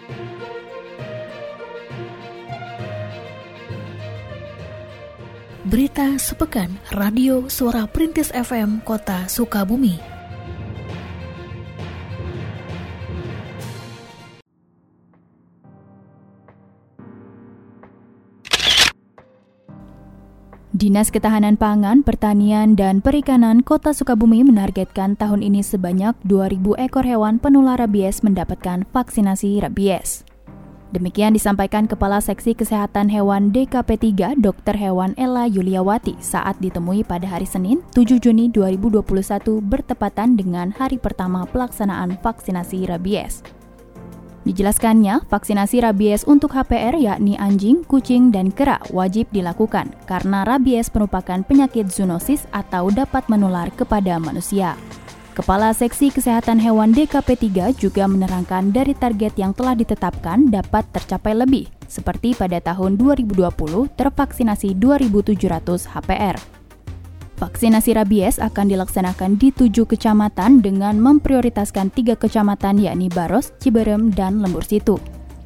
Berita sepekan Radio Suara Perintis FM Kota Sukabumi. Dinas Ketahanan Pangan, Pertanian, dan Perikanan Kota Sukabumi menargetkan tahun ini sebanyak 2.000 ekor hewan penular rabies mendapatkan vaksinasi rabies. Demikian disampaikan Kepala Seksi Kesehatan Hewan DKP 3 Dr. Hewan Ella Yuliawati saat ditemui pada hari Senin 7 Juni 2021 bertepatan dengan hari pertama pelaksanaan vaksinasi rabies. Dijelaskannya, vaksinasi rabies untuk HPR yakni anjing, kucing, dan kera wajib dilakukan karena rabies merupakan penyakit zoonosis atau dapat menular kepada manusia. Kepala Seksi Kesehatan Hewan DKP 3 juga menerangkan dari target yang telah ditetapkan dapat tercapai lebih, seperti pada tahun 2020 tervaksinasi 2.700 HPR. Vaksinasi rabies akan dilaksanakan di 7 kecamatan dengan memprioritaskan 3 kecamatan yakni Baros, Ciberem, dan Lembur Situ.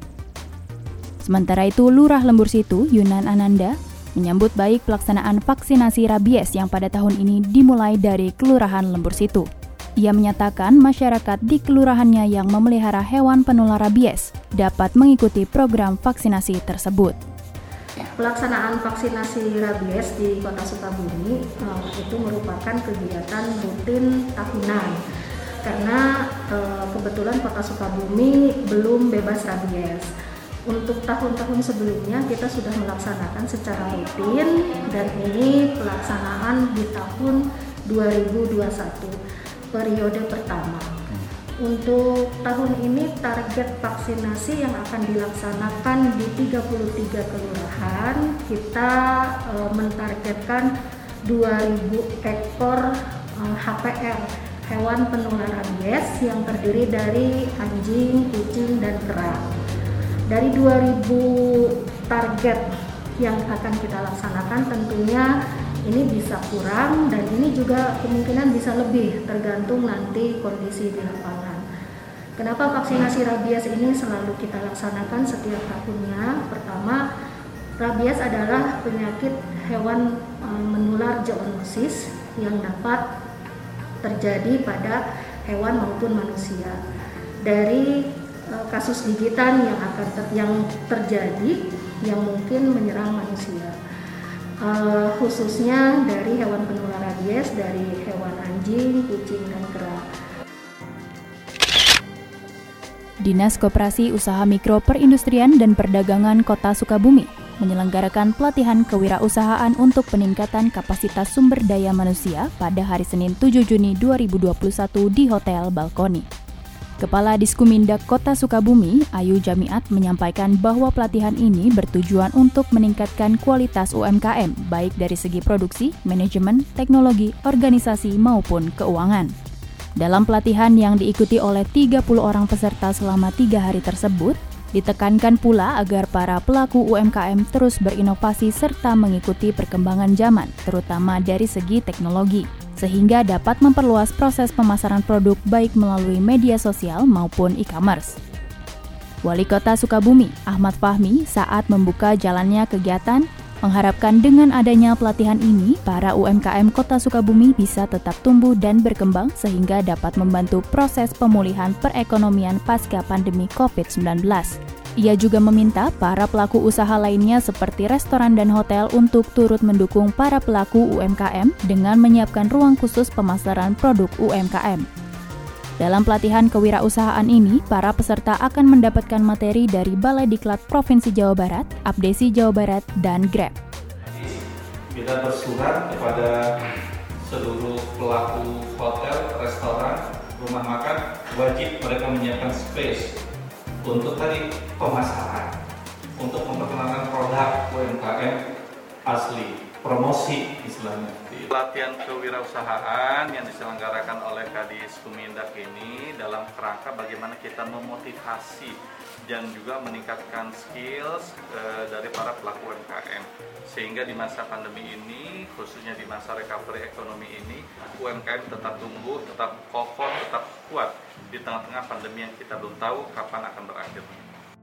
Sementara itu, Lurah Lembur Situ, Yunan Ananda, menyambut baik pelaksanaan vaksinasi rabies yang pada tahun ini dimulai dari Kelurahan Lembur Situ. Ia menyatakan masyarakat di kelurahannya yang memelihara hewan penular rabies dapat mengikuti program vaksinasi tersebut. Pelaksanaan vaksinasi rabies di Kota Sukabumi itu merupakan kegiatan rutin tahunan karena kebetulan Kota Sukabumi belum bebas rabies. Untuk tahun-tahun sebelumnya kita sudah melaksanakan secara rutin dan ini pelaksanaan di tahun 2021. Periode pertama. Untuk tahun ini target vaksinasi yang akan dilaksanakan di 33 kelurahan, kita mentargetkan 2.000 ekor HPR, hewan penular rabies yang terdiri dari anjing, kucing, dan kera. Dari 2.000 target yang akan kita laksanakan tentunya ini bisa kurang dan ini juga kemungkinan bisa lebih tergantung nanti kondisi di lapangan. Kenapa vaksinasi rabies ini selalu kita laksanakan setiap tahunnya? Pertama, rabies adalah penyakit hewan menular zoonosis yang dapat terjadi pada hewan maupun manusia. Dari kasus gigitan yang terjadi yang mungkin menyerang manusia. Khususnya dari hewan penular rabies, dari hewan anjing, kucing, dan kera. Dinas Koperasi Usaha Mikro Perindustrian dan Perdagangan Kota Sukabumi menyelenggarakan pelatihan kewirausahaan untuk peningkatan kapasitas sumber daya manusia pada hari Senin 7 Juni 2021 di Hotel Balkoni. Kepala Diskumindak Kota Sukabumi, Ayu Jamiat, menyampaikan bahwa pelatihan ini bertujuan untuk meningkatkan kualitas UMKM, baik dari segi produksi, manajemen, teknologi, organisasi, maupun keuangan. Dalam pelatihan yang diikuti oleh 30 orang peserta selama 3 hari tersebut, ditekankan pula agar para pelaku UMKM terus berinovasi serta mengikuti perkembangan zaman, terutama dari segi teknologi, sehingga dapat memperluas proses pemasaran produk baik melalui media sosial maupun e-commerce. Wali Kota Sukabumi, Ahmad Fahmi, saat membuka jalannya kegiatan, mengharapkan dengan adanya pelatihan ini, para UMKM Kota Sukabumi bisa tetap tumbuh dan berkembang sehingga dapat membantu proses pemulihan perekonomian pasca pandemi COVID-19. Ia juga meminta para pelaku usaha lainnya seperti restoran dan hotel untuk turut mendukung para pelaku UMKM dengan menyiapkan ruang khusus pemasaran produk UMKM. Dalam pelatihan kewirausahaan ini, para peserta akan mendapatkan materi dari Balai Diklat Provinsi Jawa Barat, Abdesi Jawa Barat, dan Grab. Kita bersurat kepada seluruh pelaku hotel, restoran, rumah makan, wajib mereka menyiapkan space untuk tadi pemasaran, untuk memperkenalkan produk UMKM asli, promosi istilahnya. Pelatihan kewirausahaan yang diselenggarakan oleh Kadis Kumindak ini dalam kerangka bagaimana kita memotivasi dan juga meningkatkan skills dari para pelaku UMKM, sehingga di masa pandemi ini, khususnya di masa recovery ekonomi ini, UMKM tetap tumbuh, tetap kokoh, tetap kuat di tengah-tengah pandemi yang kita belum tahu kapan akan berakhir.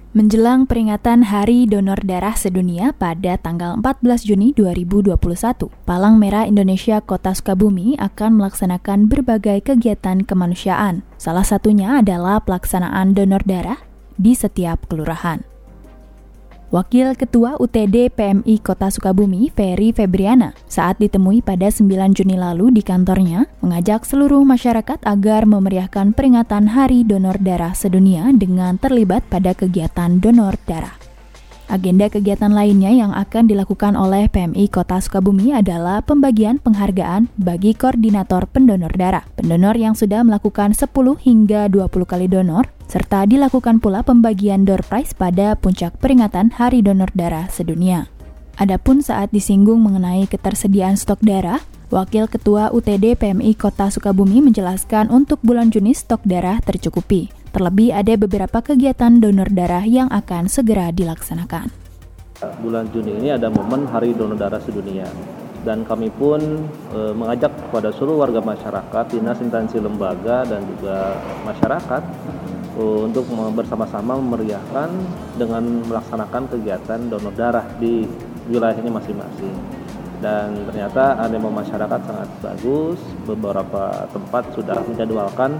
Menjelang peringatan Hari Donor Darah Sedunia pada tanggal 14 Juni 2021, Palang Merah Indonesia Kota Sukabumi akan melaksanakan berbagai kegiatan kemanusiaan. Salah satunya adalah pelaksanaan donor darah di setiap kelurahan. Wakil Ketua UTD PMI Kota Sukabumi, Ferry Febriana, saat ditemui pada 9 Juni lalu di kantornya, mengajak seluruh masyarakat agar memeriahkan peringatan Hari Donor Darah Sedunia dengan terlibat pada kegiatan donor darah. Agenda kegiatan lainnya yang akan dilakukan oleh PMI Kota Sukabumi adalah pembagian penghargaan bagi koordinator pendonor darah, pendonor yang sudah melakukan 10 hingga 20 kali donor, serta dilakukan pula pembagian door prize pada puncak peringatan Hari Donor Darah Sedunia. Adapun saat disinggung mengenai ketersediaan stok darah, Wakil Ketua UTD PMI Kota Sukabumi menjelaskan untuk bulan Juni stok darah tercukupi. Terlebih ada beberapa kegiatan donor darah yang akan segera dilaksanakan. Bulan Juni ini ada momen Hari Donor Darah Sedunia. Dan kami pun mengajak kepada seluruh warga masyarakat, dinas, instansi, lembaga, dan juga masyarakat untuk bersama-sama memeriahkan dengan melaksanakan kegiatan donor darah di wilayahnya masing-masing. Dan ternyata animo masyarakat sangat bagus, beberapa tempat sudah menjadwalkan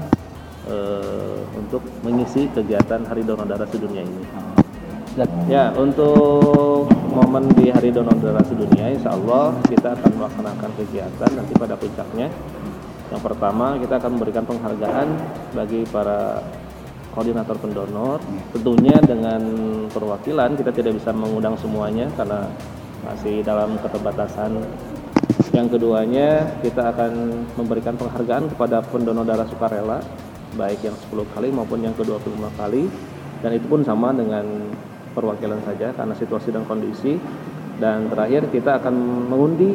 untuk mengisi kegiatan Hari Donor Darah Sedunia ini. Ya, untuk momen di Hari Donor Darah Sedunia, insya Allah kita akan melaksanakan kegiatan nanti pada puncaknya. Yang pertama, kita akan memberikan penghargaan bagi para koordinator pendonor. Tentunya dengan perwakilan, kita tidak bisa mengundang semuanya karena masih dalam keterbatasan. Yang keduanya, kita akan memberikan penghargaan kepada pendonor darah sukarela, baik yang 10 kali maupun yang ke-25 kali, dan itu pun sama dengan perwakilan saja karena situasi dan kondisi. Dan terakhir kita akan mengundi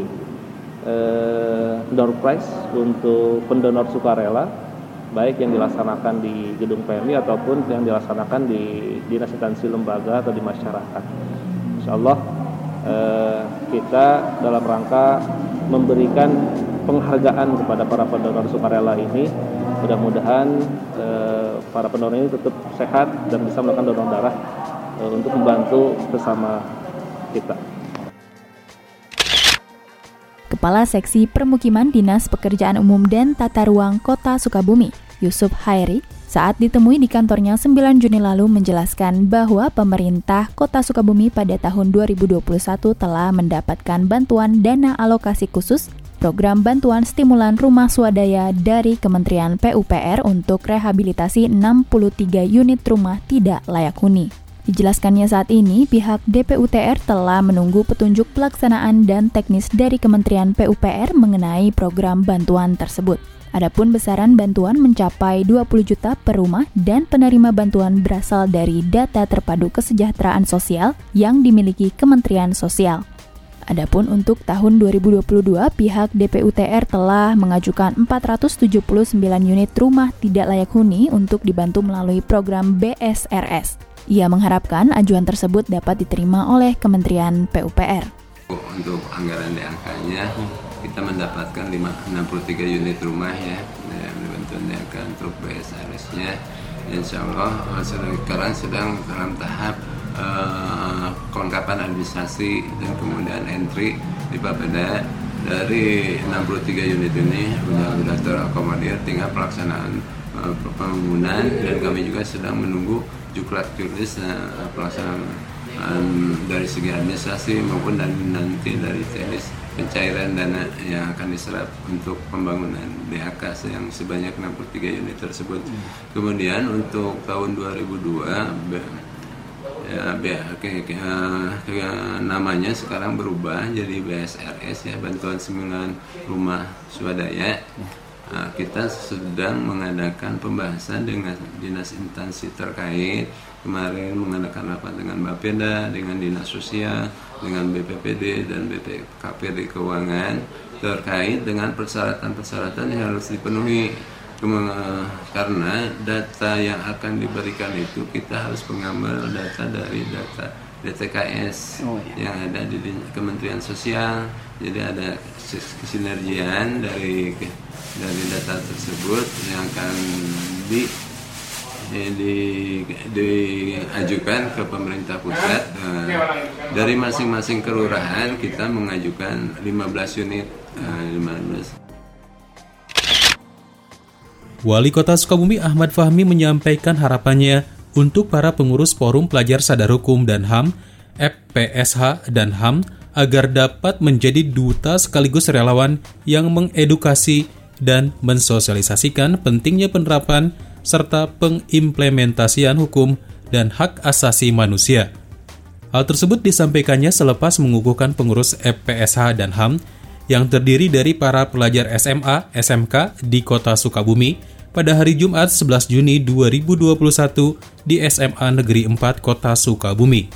door prize untuk pendonor sukarela, baik yang dilaksanakan di gedung PMI ataupun yang dilaksanakan di dinas, instansi, lembaga atau di masyarakat. Insyaallah kita dalam rangka memberikan penghargaan kepada para pendonor sukarela ini. Mudah-mudahan para pendonor ini tetap sehat dan bisa melakukan donor darah untuk membantu bersama kita. Kepala Seksi Permukiman Dinas Pekerjaan Umum dan Tata Ruang Kota Sukabumi, Yusuf Hairi, saat ditemui di kantornya 9 Juni lalu menjelaskan bahwa pemerintah Kota Sukabumi pada tahun 2021 telah mendapatkan bantuan dana alokasi khusus program bantuan stimulan rumah swadaya dari Kementerian PUPR untuk rehabilitasi 63 unit rumah tidak layak huni. Dijelaskannya saat ini, pihak DPUTR telah menunggu petunjuk pelaksanaan dan teknis dari Kementerian PUPR mengenai program bantuan tersebut. Adapun besaran bantuan mencapai 20 juta per rumah dan penerima bantuan berasal dari data terpadu kesejahteraan sosial yang dimiliki Kementerian Sosial. Adapun untuk tahun 2022, pihak DPUTR telah mengajukan 479 unit rumah tidak layak huni untuk dibantu melalui program BSRS. Ia mengharapkan ajuan tersebut dapat diterima oleh Kementerian PUPR. Untuk anggaran DAK-nya, kita mendapatkan 63 unit rumah ya, bantuan DAK untuk BSRS-nya. Insya Allah sekarang sedang dalam tahap kelengkapan administrasi dan kemudian entry di Bapeda. Dari 63 unit ini sudah terakomodir, tinggal pelaksanaan pembangunan, dan kami juga sedang menunggu juklat jurnis pelaksanaan dari segi administrasi maupun nanti dari teknis pencairan dana yang akan diserap untuk pembangunan DHK yang sebanyak 63 unit tersebut. Kemudian untuk tahun 2002 namanya sekarang berubah jadi BSRS ya, bantuan stimulan rumah swadaya. Kita sedang mengadakan pembahasan dengan dinas instansi terkait. Kemarin mengadakan rapat dengan Bapeda, dengan dinas sosial, dengan BPPD dan BPKPD keuangan terkait dengan persyaratan-persyaratan yang harus dipenuhi. Karena data yang akan diberikan itu kita harus mengambil data dari data DTKS yang ada di Kementerian Sosial. Jadi ada kesinergian dari data tersebut yang akan diajukan ke pemerintah pusat. Dari masing-masing kelurahan kita mengajukan 15 unit. 15. Wali Kota Sukabumi Ahmad Fahmi menyampaikan harapannya untuk para pengurus Forum Pelajar Sadar Hukum dan HAM, FPSH dan HAM agar dapat menjadi duta sekaligus relawan yang mengedukasi dan mensosialisasikan pentingnya penerapan serta pengimplementasian hukum dan hak asasi manusia. Hal tersebut disampaikannya selepas mengukuhkan pengurus FPSH dan HAM yang terdiri dari para pelajar SMA, SMK di Kota Sukabumi pada hari Jumat 11 Juni 2021 di SMA Negeri 4 Kota Sukabumi.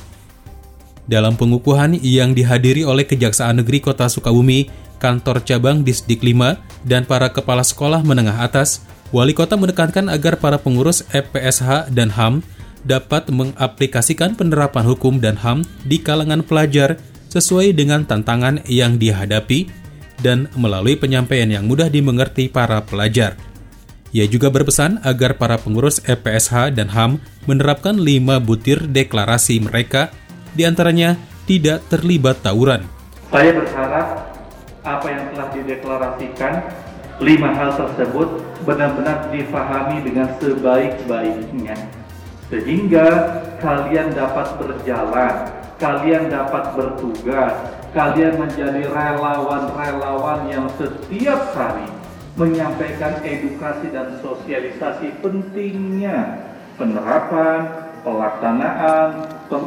Dalam pengukuhan yang dihadiri oleh Kejaksaan Negeri Kota Sukabumi, Kantor Cabang Disdik 5, dan para kepala sekolah menengah atas, Wali Kota menekankan agar para pengurus FPSH dan HAM dapat mengaplikasikan penerapan hukum dan HAM di kalangan pelajar sesuai dengan tantangan yang dihadapi dan melalui penyampaian yang mudah dimengerti para pelajar. Ia juga berpesan agar para pengurus FPSH dan HAM menerapkan 5 butir deklarasi mereka, diantaranya tidak terlibat tawuran. Saya berharap apa yang telah dideklarasikan, 5 hal tersebut benar-benar difahami dengan sebaik-baiknya. Sehingga kalian dapat berjalan, kalian dapat bertugas, kalian menjadi relawan-relawan yang setiap hari menyampaikan edukasi dan sosialisasi pentingnya penerapan, pelaksanaan,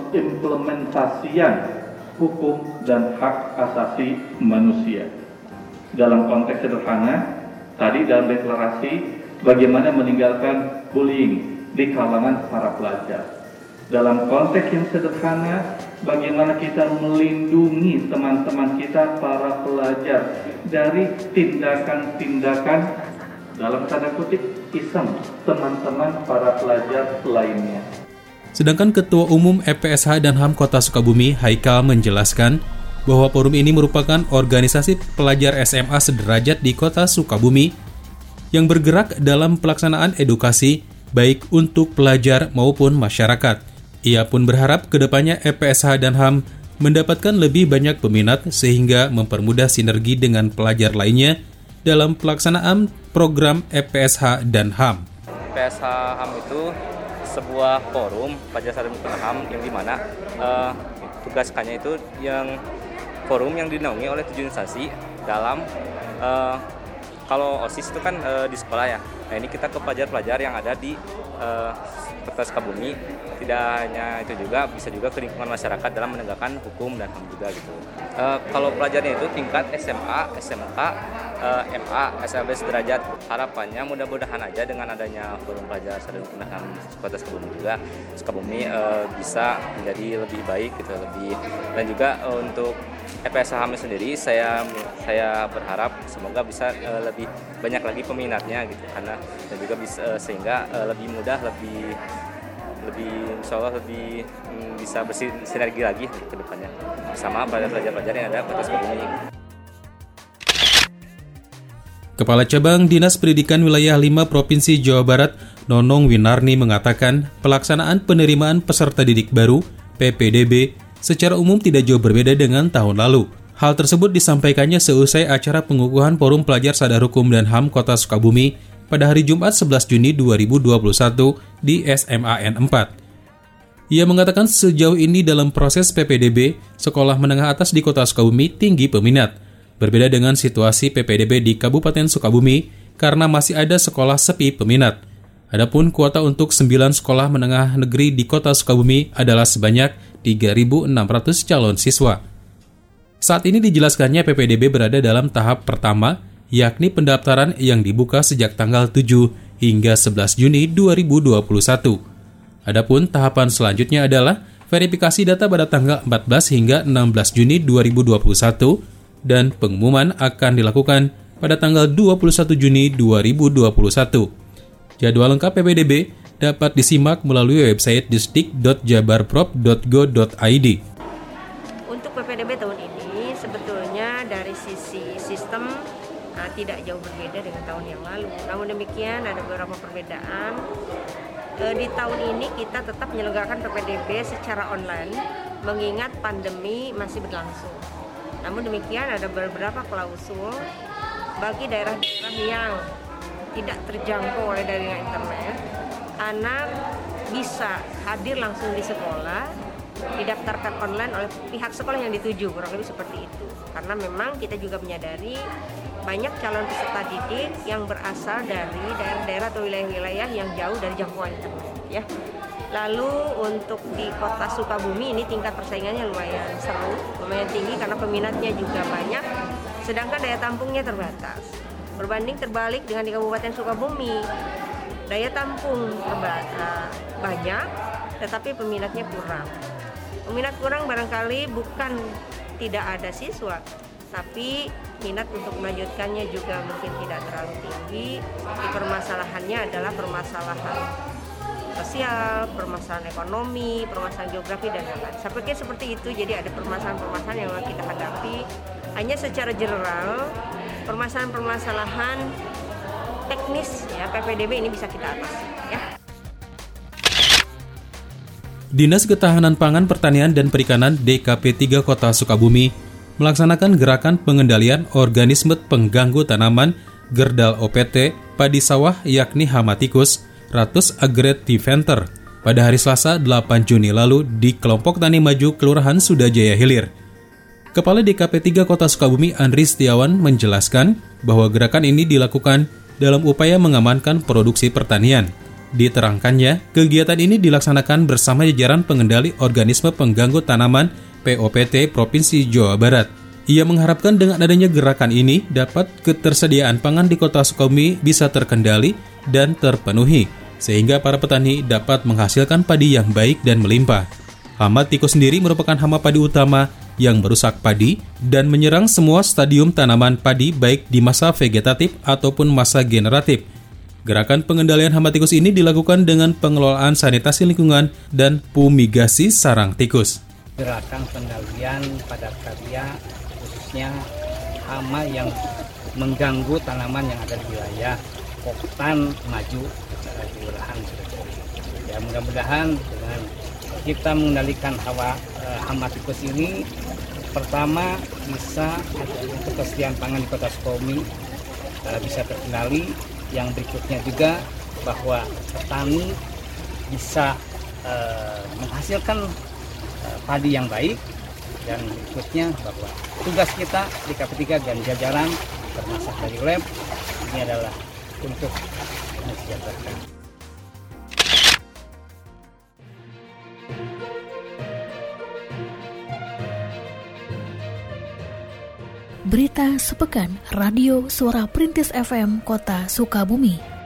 pengimplementasian hukum dan hak asasi manusia. Dalam konteks sederhana, tadi dalam deklarasi bagaimana meninggalkan bullying di kalangan para pelajar. Dalam konteks yang sederhana, bagaimana kita melindungi teman-teman kita para pelajar dari tindakan-tindakan dalam tanda kutip iseng teman-teman para pelajar lainnya. Sedangkan Ketua Umum FPSH dan HAM Kota Sukabumi, Haikal, menjelaskan bahwa forum ini merupakan organisasi pelajar SMA sederajat di Kota Sukabumi yang bergerak dalam pelaksanaan edukasi baik untuk pelajar maupun masyarakat. Ia pun berharap kedepannya FPSH dan HAM mendapatkan lebih banyak peminat sehingga mempermudah sinergi dengan pelajar lainnya dalam pelaksanaan program FPSH dan HAM. FPSH HAM itu sebuah forum pelajar sadar hukum HAM yang dimana tugaskannya itu yang forum yang dinaungi oleh 7 instansi dalam kalau OSIS itu kan di sekolah ya. Nah ini kita ke pelajar-pelajar yang ada di Kota Sukabumi. Tidak hanya itu juga, bisa juga ke lingkungan masyarakat dalam menegakkan hukum dan HAM juga gitu. Kalau pelajarnya itu tingkat SMA, SMK, MA, SLB sederajat. Harapannya mudah-mudahan aja dengan adanya forum pelajar sadar hukum dan HAM Kota Sukabumi juga, Sukabumi bisa menjadi lebih baik gitu, dan juga untuk FPSH HAM sendiri saya berharap semoga bisa lebih banyak lagi peminatnya gitu, karena dan juga bisa sehingga lebih mudah, lebih insya Allah lebih bisa bersinergi lagi ke depannya bersama pelajar-pelajar yang ada Kota Sukabumi. Kepala Cabang Dinas Pendidikan Wilayah 5 Provinsi Jawa Barat, Nonong Winarni mengatakan pelaksanaan penerimaan peserta didik baru PPDB secara umum tidak jauh berbeda dengan tahun lalu. Hal tersebut disampaikannya seusai acara pengukuhan Forum Pelajar Sadar Hukum dan HAM Kota Sukabumi pada hari Jumat 11 Juni 2021 di SMAN 4. Ia mengatakan sejauh ini dalam proses PPDB, sekolah menengah atas di Kota Sukabumi tinggi peminat. Berbeda dengan situasi PPDB di Kabupaten Sukabumi karena masih ada sekolah sepi peminat. Adapun kuota untuk 9 sekolah menengah negeri di Kota Sukabumi adalah sebanyak 3.600 calon siswa. Saat ini dijelaskannya PPDB berada dalam tahap pertama, yakni pendaftaran yang dibuka sejak tanggal 7 hingga 11 Juni 2021. Adapun tahapan selanjutnya adalah verifikasi data pada tanggal 14 hingga 16 Juni 2021 dan pengumuman akan dilakukan pada tanggal 21 Juni 2021. Jadwal lengkap PPDB dapat disimak melalui website disdik.jabarprop.go.id. Untuk PPDB tahun ini sebetulnya dari sisi sistem tidak jauh berbeda dengan tahun yang lalu. Namun demikian ada beberapa perbedaan di tahun ini kita tetap menyelenggarakan PPDB secara online mengingat pandemi masih berlangsung. Namun demikian ada beberapa klausul bagi daerah-daerah yang tidak terjangkau oleh jaringan internet, anak bisa hadir langsung di sekolah, didaftarkan online oleh pihak sekolah yang dituju, kurang lebih seperti itu. Karena memang kita juga menyadari banyak calon peserta didik yang berasal dari daerah-daerah atau wilayah-wilayah yang jauh dari jangkauan internet, ya. Lalu untuk di Kota Sukabumi ini tingkat persaingannya lumayan seru, lumayan tinggi karena peminatnya juga banyak, sedangkan daya tampungnya terbatas. Berbanding terbalik dengan di Kabupaten Sukabumi, daya tampung banyak, tetapi peminatnya kurang. Peminat kurang barangkali bukan tidak ada siswa, tapi minat untuk melanjutkannya juga mungkin tidak terlalu tinggi. Permasalahannya adalah permasalahan sosial, permasalahan ekonomi, permasalahan geografi dan lain-lain. Saya pikir seperti itu. Jadi ada permasalahan-permasalahan yang kita hadapi. Hanya secara general, permasalahan-permasalahan teknis ya PPDB ini bisa kita atasi. Ya. Dinas Ketahanan Pangan, Pertanian, dan Perikanan DKP 3 Kota Sukabumi melaksanakan gerakan pengendalian organisme pengganggu tanaman Gerdal OPT padi sawah yakni hama tikus Rattus agretiventer pada hari Selasa 8 Juni lalu di kelompok Tani Maju Kelurahan Sudajaya Hilir. Kepala DKP 3 Kota Sukabumi Andri Setiawan menjelaskan bahwa gerakan ini dilakukan dalam upaya mengamankan produksi pertanian. Diterangkannya, kegiatan ini dilaksanakan bersama jajaran pengendali organisme pengganggu tanaman POPT Provinsi Jawa Barat. Ia mengharapkan dengan adanya gerakan ini dapat ketersediaan pangan di Kota Sukabumi bisa terkendali dan terpenuhi, sehingga para petani dapat menghasilkan padi yang baik dan melimpah. Hama tikus sendiri merupakan hama padi utama yang merusak padi dan menyerang semua stadium tanaman padi baik di masa vegetatif ataupun masa generatif. Gerakan pengendalian hama tikus ini dilakukan dengan pengelolaan sanitasi lingkungan dan fumigasi sarang tikus. Gerakan pengendalian pada karya khususnya hama yang mengganggu tanaman yang ada di wilayah Koktan Maju Kelurahan Sudajaya. Ya, mudah-mudahan dengan kita mengendalikan hama tikus ini, pertama bisa ketersediaan pangan di Kota Sukabumi bisa terkendali. Yang berikutnya juga bahwa petani bisa menghasilkan padi yang baik, dan berikutnya bahwa tugas kita di KP3 dan jajaran termasuk dari lab ini adalah untuk mensejahterakan. Berita sepekan Radio Suara Perintis FM Kota Sukabumi.